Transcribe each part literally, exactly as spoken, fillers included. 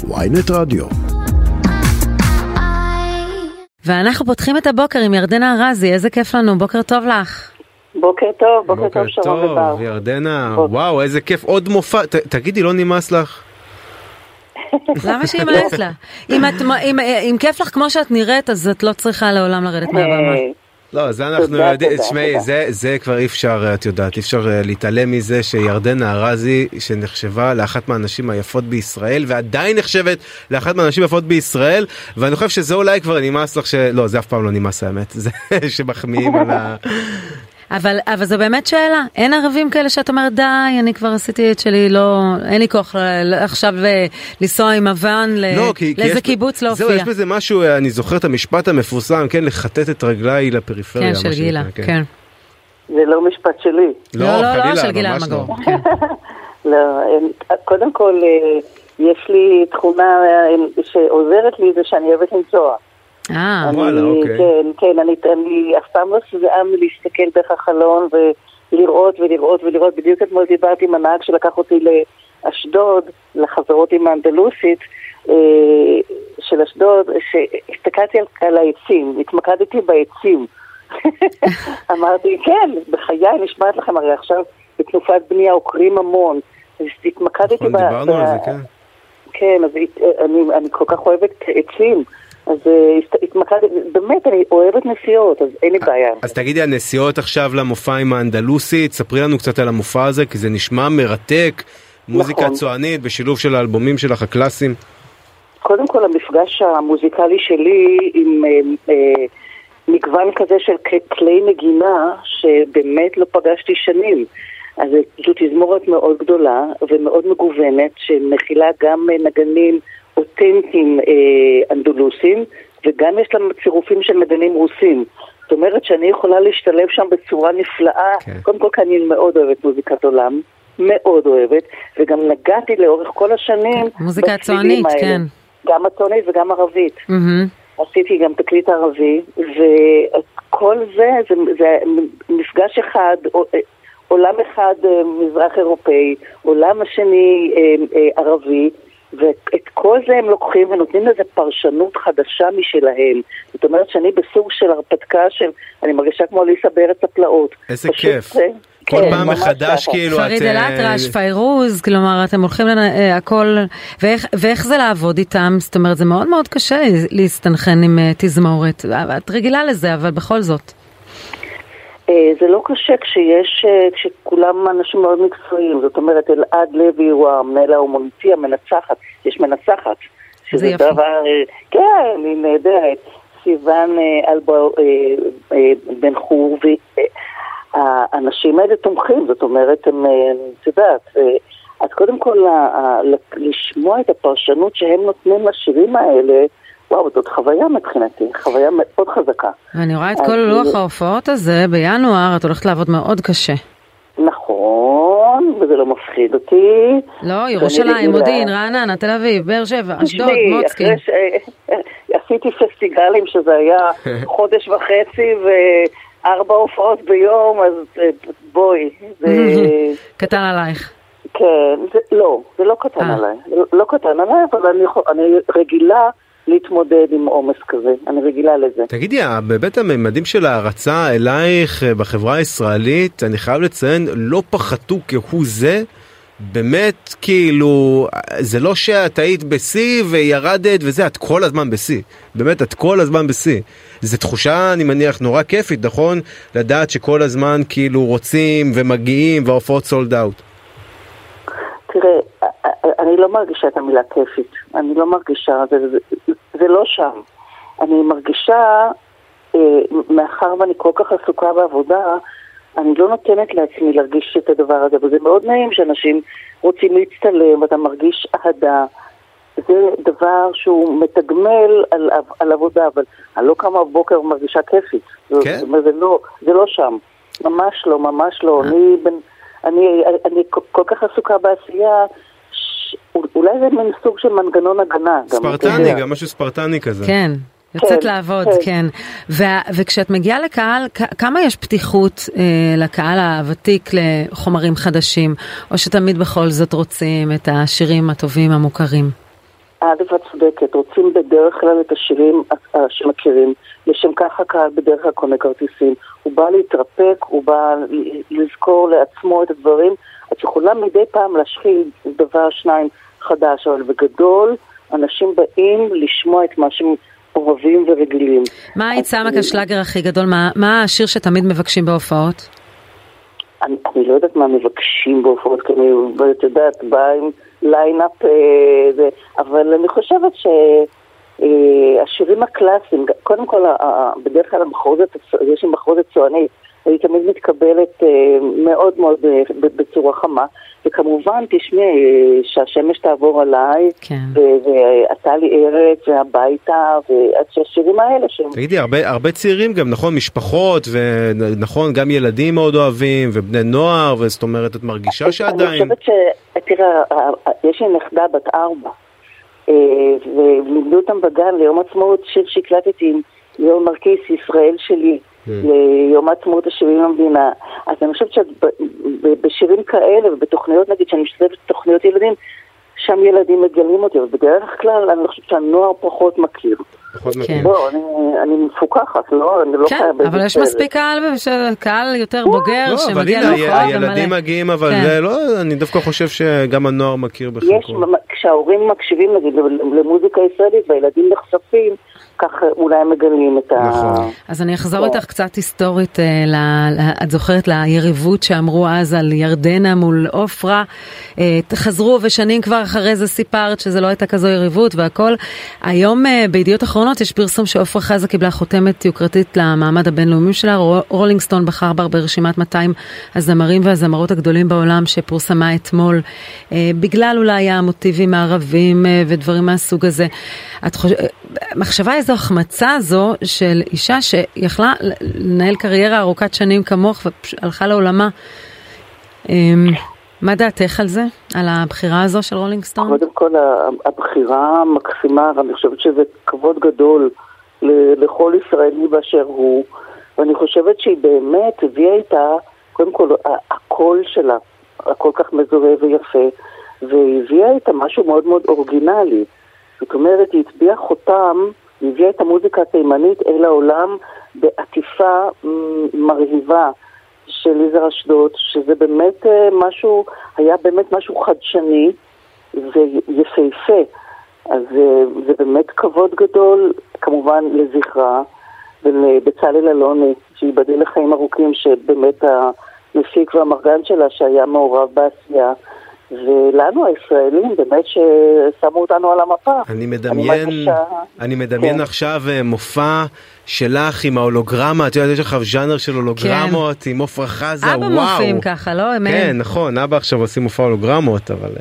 וויינט רדיו. ואנחנו פותחים את הבוקר עם ירדנה ארזי, איזה כיף לנו, בוקר טוב לך. בוקר טוב, בוקר, בוקר טוב, שרון ובר. בוקר טוב, ירדנה, בוקר. וואו, איזה כיף, עוד מופע, ת, תגידי, לא נמאס לך? למה שימאס לה? אם, את, אם, אם כיף לך כמו שאת נראית, אז את לא צריכה לעולם לרדת מהבמה. לא, זה אנחנו יודעים, תשמעי, זה, זה כבר אי אפשר, את יודעת, אי אפשר להתעלם מזה שירדנה ארזי, שנחשבה לאחת מהאנשים היפות בישראל, ועדיין נחשבת לאחת מהאנשים היפות בישראל, ואני חושב שזה אולי כבר נמאס לך, לא, זה אף פעם לא נמאס האמת, זה שמחמיאים על ה... אבל, אבל זו באמת שאלה, אין ערבים כאלה שאת אומרת, די, אני כבר עשיתי את שלי, לא, אין לי כוח עכשיו לנסוע עם אבן, לא, כי, לאיזה כי קיבוץ להופיע. זהו, יש בזה משהו, אני זוכר את המשפט המפורסם, כן, לחטט את רגליי לפריפריה. כן, של גילה, כן. כן. זה לא משפט שלי. לא, לא, לא, חלילה, לא, של גילה המגור. לא. כן. לא, קודם כל, יש לי תכונה שעוזרת לי, זה שאני אוהבת לנסוע. אה, וואלה, אוקיי. כן, כן, אני, אני אף פעם לא שבעה מלהסתכל דרך החלון ולראות ולראות ולראות. בדיוק אתמול דיברתי עם הנהג שלקח אותי לאשדוד, לחברות עם האנדלוסית של אשדוד, שהסתכלתי על, על העצים, התמקדתי בעצים. אמרתי, כן, בחיי נשמעת לכם, הרי עכשיו בתנופת בנייה עוקרים המון. אז התמקדתי נכון, דיברנו על זה, כן. כן, אז אני, אני כל כך אוהבת עצים. אז התמקד, באמת אני אוהבת נסיעות, אז אין לי בעיה. אז תגידי, הנסיעות עכשיו למופע עם האנדלוסית, ספרי לנו קצת על המופע הזה, כי זה נשמע מרתק, מוזיקה צוענית, בשילוב של האלבומים שלך הקלאסיים. קודם כל, המפגש המוזיקלי שלי עם אה, אה, מגוון כזה של כלי נגינה, שבאמת לא פגשתי שנים. אז זו תזמורת מאוד גדולה ומאוד מגוונת, שמכילה גם נגנים אותנטיים אה, אנדלוסים, וגם יש להם צירופים של נגנים רוסים. זאת אומרת שאני יכולה להשתלב שם בצורה נפלאה, okay. קודם כל כי אני מאוד אוהבת מוזיקת עולם, מאוד אוהבת, וגם נגעתי לאורך כל השנים מוזיקה צוענית, כן. גם הצוענית וגם ערבית. Mm-hmm. עשיתי גם תקליט ערבי, וכל זה, זה, זה מפגש אחד, עולם אחד מזרח אירופאי, עולם השני ערבי, ואת כל זה הם לוקחים ונותנים לזה פרשנות חדשה משלהם. זאת אומרת שאני בסוג של הרפתקה של, אני מרגישה כמו ליסה בארץ הפלאות. איזה כיף. כל פעם מחדש כאילו את... פריד אל-אטרש, פיירוז, כלומר אתם הולכים הכל, ואיך זה לעבוד איתם? זאת אומרת זה מאוד מאוד קשה להסתנכן עם תזמורת. את רגילה לזה, אבל בכל זאת. זה לא קשה כשיש, כשכולם אנשים מאוד מקצועיים, זאת אומרת אלעד לוי הוא המנהל האומנותי המנצחת, יש מנצחת, שזה יפה. דבר, כן, היא נהדרת, סיוון אלבה בן חור, והאנשים האלה תומכים, זאת אומרת, הם, את יודעת, אז קודם כל לשמוע את הפרשנות שהם נותנים לשירים האלה, וואו, זאת חוויה מבחינתי, חוויה מאוד חזקה. ואני רואה את כל לוח ההופעות הזה, בינואר את הולכת לעבוד מאוד קשה. נכון, וזה לא מפחיד אותי. לא, ירושלים, מודיעין, רעננה, תל אביב, באר שבע, אשדוד, מוצקין. עשיתי פסטיגלים שזה היה חודש וחצי וארבע הופעות ביום, אז בואי. קטן עלייך. כן, לא, זה לא קטן עליי. לא קטן עליי, אבל אני רגילה להתמודד עם עומס כזה, אני רגילה לזה. תגידי, בבית הממדים של ההרצה אלייך בחברה הישראלית, אני חייב לציין, לא פחתו כהוא זה, באמת כאילו, זה לא שאת היית בסי וירדת וזה, את כל הזמן בסי, באמת את כל הזמן בסי. זו תחושה, אני מניח, נורא כיפית, נכון? לדעת שכל הזמן כאילו רוצים ומגיעים וההופעות סולד אאוט. תראה, אני לא מרגישה את המילה כיפית, אני לא מרגישה, זה, זה, זה לא שם. אני מרגישה, אה, מאחר ואני כל כך עסוקה בעבודה, אני לא נותנת לעצמי להרגיש את הדבר הזה, וזה מאוד נעים שאנשים רוצים להצטלם, ואתה מרגיש אהדה. זה דבר שהוא מתגמל על, על עבודה, אבל אני לא קמה בבוקר ומרגישה כיפית. כן? זאת אומרת, זה לא, זה לא שם. ממש לא, ממש לא. אני בין... אני, אני כל כך עסוקה בעשייה, ש... אולי זה מין סוג של מנגנון הגנה. ספרטני, גם, גם משהו ספרטני כזה. כן, יוצאת כן, לעבוד, כן. כן. ו- וכשאת מגיעה לקהל, כ- כמה יש פתיחות אה, לקהל הוותיק לחומרים חדשים, או שתמיד בכל זאת רוצים את השירים הטובים המוכרים? א' את צודקת, רוצים בדרך כלל את השירים שמכירים, לשם כך הקהל בדרך כלל קונה כרטיסים, הוא בא להתרפק, הוא בא לזכור לעצמו את הדברים, את יכולה מדי פעם להשחיל דבר שניים חדש, אבל בגדול אנשים באים לשמוע את מה שהם אוהבים ורגילים. מה היית שמה כשלאגר הכי גדול? מה, מה השיר שתמיד מבקשים בהופעות? אני, אני לא יודעת מה מבקשים בהופעות, כי אני, ואת יודעת, באה עם ליינאפ, אה, אבל אני חושבת שהשירים הקלאסיים, קודם כל, בדרך כלל המחרוזת, יש עם מחרוזת צוענית, היא תמיד מתקבלת מאוד מאוד בצורה חמה, וכמובן תשמע שהשמש תעבור עליי, ועתה לי ארץ והביתה, והשירים האלה תגידי, הרבה צעירים גם, נכון, משפחות, ונכון, גם ילדים מאוד אוהבים, ובני נוער, וזאת אומרת, את מרגישה שעדיין? אני חושבת ש... תראה, יש לי נכדה בת ארבע, ולימדו אותם בגן ליום עצמאות, שיר שהקלטתי עם ליאור מרקיס, ישראל שלי, ליום העצמאות ה-שבעים למדינה. אז אני חושבת שבשירים כאלה ובתוכניות, נגיד שאני משתתפת בתוכניות ילדים, שם ילדים מגלים אותי, אבל בדרך כלל אני חושבת שהנוער פחות מכיר. בוא, אני מפוקחת, לא? כן, אבל יש מספיק קהל יותר בוגר שמגיע להופעות. הילדים מגיעים, אבל לא, אני דווקא חושב שגם הנוער מכיר בחלקו. כשההורים מקשיבים נגיד למוזיקה ישראלית והילדים נחשפים, כך אולי הם מגלים את ה... אז אני אחזור איתך קצת היסטורית, את זוכרת ליריבות שאמרו אז על ירדנה מול אופרה, חזרו ושנים כבר אחרי זה סיפרת שזה לא הייתה כזו יריבות והכל. היום בידיעות אחרונות יש פרסום שאופרה חזה קיבלה חותמת יוקרתית למעמד הבינלאומי שלה, רולינג סטון בחר בה ברשימת מאתיים הזמרים והזמרות הגדולים בעולם שפורסמה אתמול, בגלל אולי המוטיבים הערבים ודברים מהסוג הזה. את חושבת, מחשבה איזו החמצה הזו של אישה שיכלה לנהל קריירה ארוכת שנים כמוך והלכה לעולמה. מה דעתך על זה? על הבחירה הזו של רולינג סטון? קודם כל, הבחירה מקסימה, אני חושבת שזה כבוד גדול לכל ישראלי באשר הוא, ואני חושבת שהיא באמת הביאה איתה, קודם כל, הקול שלה, הכל כך מזוהה ויפה, והביאה איתה משהו מאוד מאוד אורגינלי. זאת אומרת, היא הצביעה חותם, היא הביאה את המוזיקה התימנית אל העולם בעטיפה מרהיבה של יזהר אשדוד, שזה באמת משהו, היה באמת משהו חדשני ויפהפה. אז זה באמת כבוד גדול, כמובן לזכרה, ולבצלאל אלוני, שיבדל לחיים ארוכים, שבאמת המפיק והמרגן שלה שהיה מעורב בעשייה, ולנו הישראלים באמת ששמו אותנו על המפה. אני מדמיין, אני, אני מדמיין כן. עכשיו מופע שלך עם ההולוגרמה, את יודעת, יש לך ז'אנר של הולוגרמות, כן. עם עופרה חזה, אבא וואו. אבא מופיעים ככה, לא? כן, נכון, אבא עכשיו עושים מופע הולוגרמות, אבל...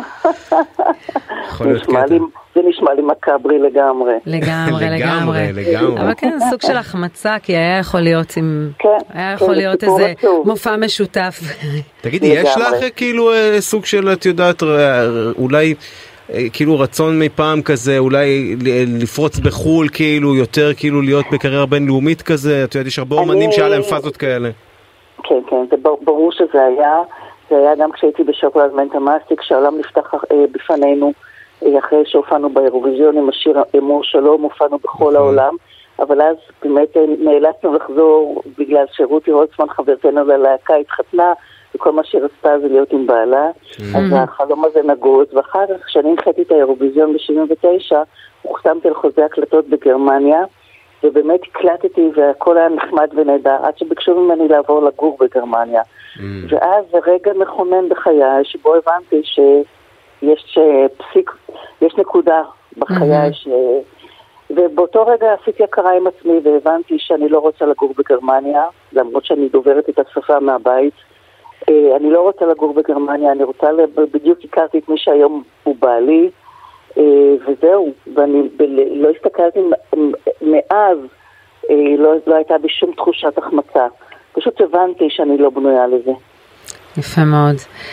נשמע לי, זה נשמע לי מקברי לגמרי. לגמרי, לגמרי. לגמרי. אבל כן, סוג של החמצה, כי היה יכול להיות עם... כן. היה יכול להיות איזה מופע משותף. תגידי, יש לך כאילו סוג של, את יודעת, אולי... כאילו רצון מפעם כזה, אולי לפרוץ בחול, כאילו יותר כאילו להיות בקריירה בינלאומית כזה, את יודעת, יש הרבה אומנים שהיה להם פאזות כאלה. כן, כן, זה ברור שזה היה, זה היה גם כשהייתי בשוקולד מנטה מסטיק, שהעולם נפתח בפנינו, אחרי שהופענו באירוויזיון עם השיר אמור שלום, הופענו בכל העולם, אבל אז באמת נאלצנו לחזור, בגלל שרותי הולצמן חברתנו ללהקה התחתנה, וכל מה שרצתה זה להיות עם בעלה, אז החלום הזה נגוז, ואחר כך כשאני הנחתי את האירוויזיון ב-שבעים ותשע, הוחתמתי על חוזה הקלטות בגרמניה, ובאמת הקלטתי והכל היה נחמד ונהדר, עד שביקשו ממני לעבור לגור בגרמניה. ואז זה רגע מכונן בחיי, שבו הבנתי שיש פסיק, יש נקודה בחיי, ש... ובאותו רגע עשיתי הכרה עם עצמי, והבנתי שאני לא רוצה לגור בגרמניה, למרות שאני דוברת את השפה מהבית, אני לא רוצה לגור בגרמניה, אני רוצה, בדיוק הכרתי את מי שהיום הוא בעלי, וזהו, ואני לא הסתכלתי מאז, לא, לא הייתה בשום תחושת החמצה. פשוט הבנתי שאני לא בנויה לזה. יפה מאוד.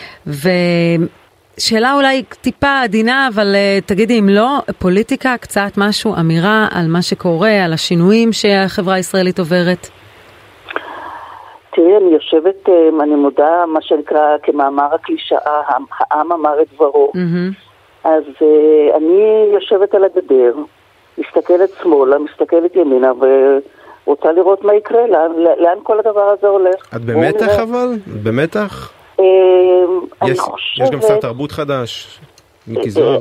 ושאלה אולי טיפה עדינה, אבל תגידי אם לא, פוליטיקה, קצת משהו, אמירה על מה שקורה, על השינויים שהחברה הישראלית עוברת? תראי, אני יושבת, אני מודה, מה שנקרא, כמאמר הקלישאה, העם אמר את דברו. אז uh, אני יושבת על הגדר, מסתכלת שמאלה, מסתכלת ימינה, ורוצה לראות מה יקרה, לאן, לאן כל הדבר הזה הולך. את במתח אבל? את במתח? Uh, יש, אני חושבת... יש גם שר תרבות חדש, מיקי זוהר.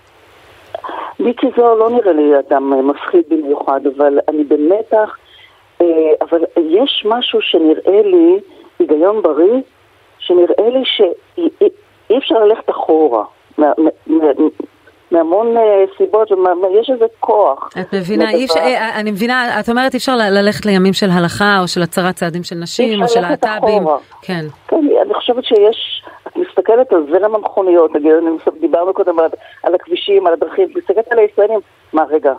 מיקי זוהר לא נראה לי אדם מפחיד במיוחד, אבל אני במתח, uh, אבל יש משהו שנראה לי, היגיון בריא, שנראה לי שאי אפשר ללכת אחורה. מה, מה, מהמון סיבות, יש איזה כוח. את מבינה, אי אפשר, אני מבינה, את אומרת אי אפשר ללכת לימים של הלכה, או של הצרת צעדים של נשים, או של להט"בים. כן. כן, אני חושבת שיש, את מסתכלת על זרם המכוניות, דיברנו קודם על הכבישים, על הדרכים, מסתכלת על הישראלים, מה רגע,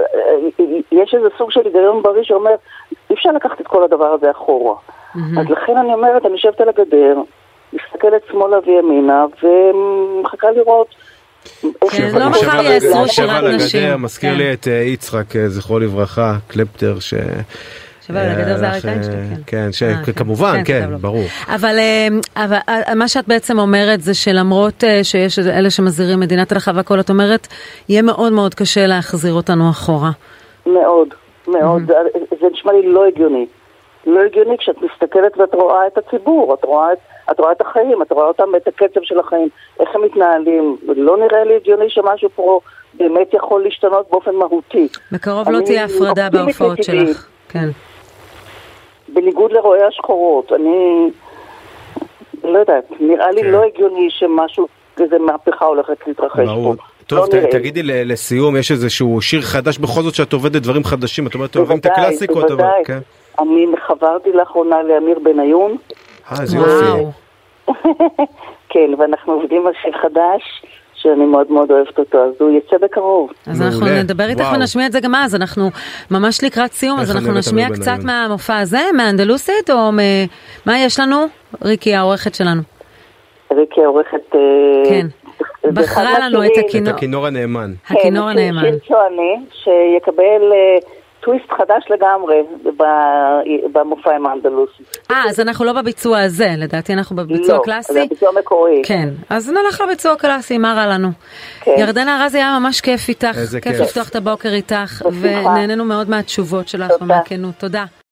יש איזה סוג של היגיון בריא שאומר, אי אפשר לקחת את כל הדבר הזה אחורה. אז לכן אני אומרת, אני יושבת על הגדר, מסתכלת שמאלה וימינה, ומחכה לראות. כן, לא מחר יעשו שירת נשים. מזכיר לי את יצחק, זכרו לברכה, קלפטר, ש... שווה על הגדר זה אריק איינשטיין. כן, כמובן, כן, ברור. אבל מה שאת בעצם אומרת זה שלמרות שיש אלה שמזהירים מדינת הלכה והכל, את אומרת, יהיה מאוד מאוד קשה להחזיר אותנו אחורה. מאוד, מאוד. זה נשמע לי לא הגיוני. לא הגיוני כשאת מסתכלת ואת רואה את הציבור, את רואה את, את רואה את החיים, את רואה אותם, את הקצב של החיים, איך הם מתנהלים. לא נראה לי הגיוני שמשהו פה באמת יכול להשתנות באופן מהותי. בקרוב לא תהיה הפרדה בהופעות שלך. כן. בניגוד לרואי השחורות, אני לא יודעת, נראה לי לא הגיוני שמשהו, איזה מהפכה הולכת להתרחש פה. טוב, תגידי לסיום, יש איזשהו שיר חדש בכל זאת שאת עובדת דברים חדשים, את אומרת, אוהבים את הקלאסיקות, אבל כן. אני חברתי לאחרונה לאמיר בניון. אה, זה יופי. כן, ואנחנו עובדים על שיר חדש, שאני מאוד מאוד אוהבת אותו, אז הוא יצא בקרוב. אז אנחנו נדבר איתך ונשמיע את זה גם אז, אנחנו ממש לקראת סיום, אז אנחנו נשמיע קצת מהמופע הזה, מהאנדלוסית, או מה יש לנו? ריקי, העורכת שלנו. ריקי, העורכת... כן. בחרה לנו את הכינור הנאמן. הכינור הנאמן. שיר צועני, שיקבל... טוויסט חדש לגמרי במופע עם האנדלוסי. אה, אז אנחנו לא בביצוע הזה, לדעתי אנחנו בביצוע קלאסי? לא, זה ביצוע מקורי. כן, אז נלך לביצוע קלאסי, מה רע לנו? ירדנה ארזי, היה ממש כיף איתך, כיף לפתוח את הבוקר איתך, ונהנינו מאוד מהתשובות שלך ומהכנות. תודה.